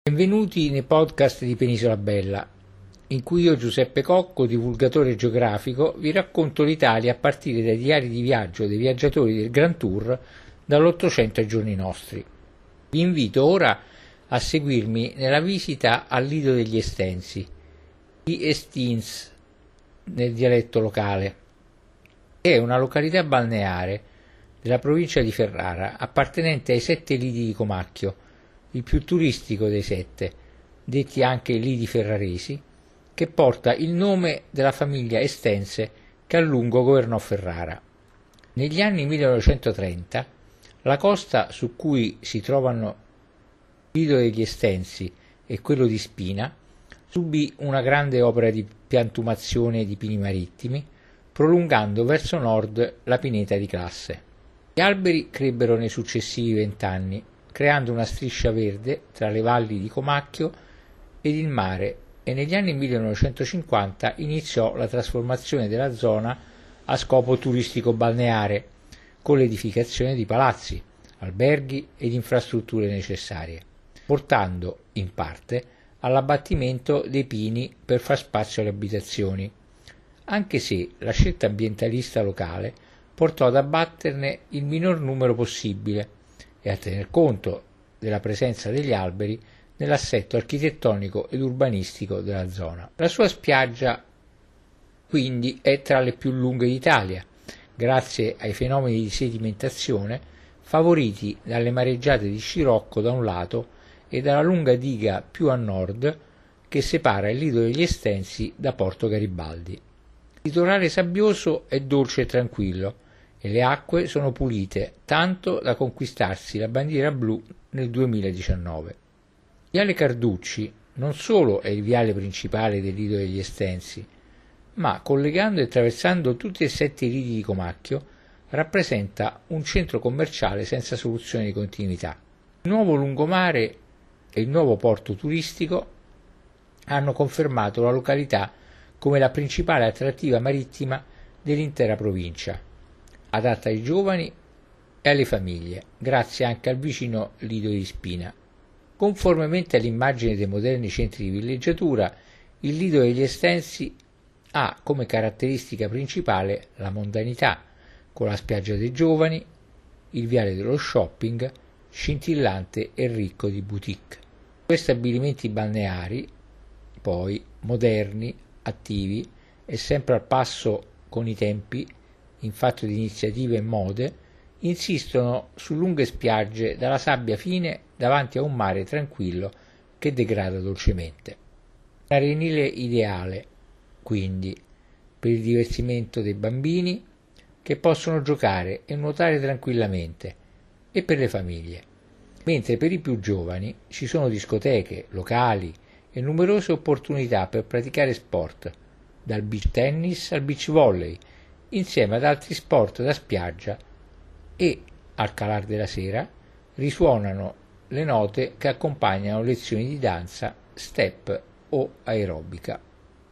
Benvenuti nei podcast di Penisola Bella, in cui io, Giuseppe Cocco, divulgatore geografico, vi racconto l'Italia a partire dai diari di viaggio dei viaggiatori del Grand Tour dall'Ottocento ai giorni nostri. Vi invito ora a seguirmi nella visita al Lido degli Estensi, di Estins nel dialetto locale, che è una località balneare della provincia di Ferrara, appartenente ai 7 lidi di Comacchio, il più turistico dei 7, detti anche lidi ferraresi, che porta il nome della famiglia Estense che a lungo governò Ferrara. Negli anni 1930 la costa su cui si trovano il Lido degli Estensi e quello di Spina subì una grande opera di piantumazione di pini marittimi, prolungando verso nord la pineta di Classe. Gli alberi crebbero nei successivi 20 anni, creando una striscia verde tra le valli di Comacchio ed il mare, e negli anni 1950 iniziò la trasformazione della zona a scopo turistico-balneare, con l'edificazione di palazzi, alberghi ed infrastrutture necessarie, portando, in parte, all'abbattimento dei pini per far spazio alle abitazioni, anche se la scelta ambientalista locale portò ad abbatterne il minor numero possibile e a tener conto della presenza degli alberi nell'assetto architettonico ed urbanistico della zona. La sua spiaggia quindi è tra le più lunghe d'Italia, grazie ai fenomeni di sedimentazione favoriti dalle mareggiate di scirocco da un lato e dalla lunga diga più a nord che separa il Lido degli Estensi da Porto Garibaldi. Il litorale sabbioso è dolce e tranquillo, e le acque sono pulite, tanto da conquistarsi la bandiera blu nel 2019. Viale Carducci non solo è il viale principale del Lido degli Estensi, ma collegando e attraversando tutti e 7 i lidi di Comacchio rappresenta un centro commerciale senza soluzione di continuità. Il nuovo lungomare e il nuovo porto turistico hanno confermato la località come la principale attrattiva marittima dell'intera provincia, adatta ai giovani e alle famiglie, grazie anche al vicino Lido di Spina. Conformemente all'immagine dei moderni centri di villeggiatura, il Lido degli Estensi ha come caratteristica principale la mondanità, con la spiaggia dei giovani, il viale dello shopping, scintillante e ricco di boutique. Due stabilimenti balneari, poi, moderni, attivi e sempre al passo con i tempi, in fatto di iniziative e mode, insistono su lunghe spiagge dalla sabbia fine davanti a un mare tranquillo che degrada dolcemente. Un arenile ideale, quindi, per il divertimento dei bambini che possono giocare e nuotare tranquillamente, e per le famiglie, mentre per i più giovani ci sono discoteche, locali e numerose opportunità per praticare sport, dal beach tennis al beach volley, insieme ad altri sport da spiaggia, e, al calar della sera, risuonano le note che accompagnano lezioni di danza, step o aerobica.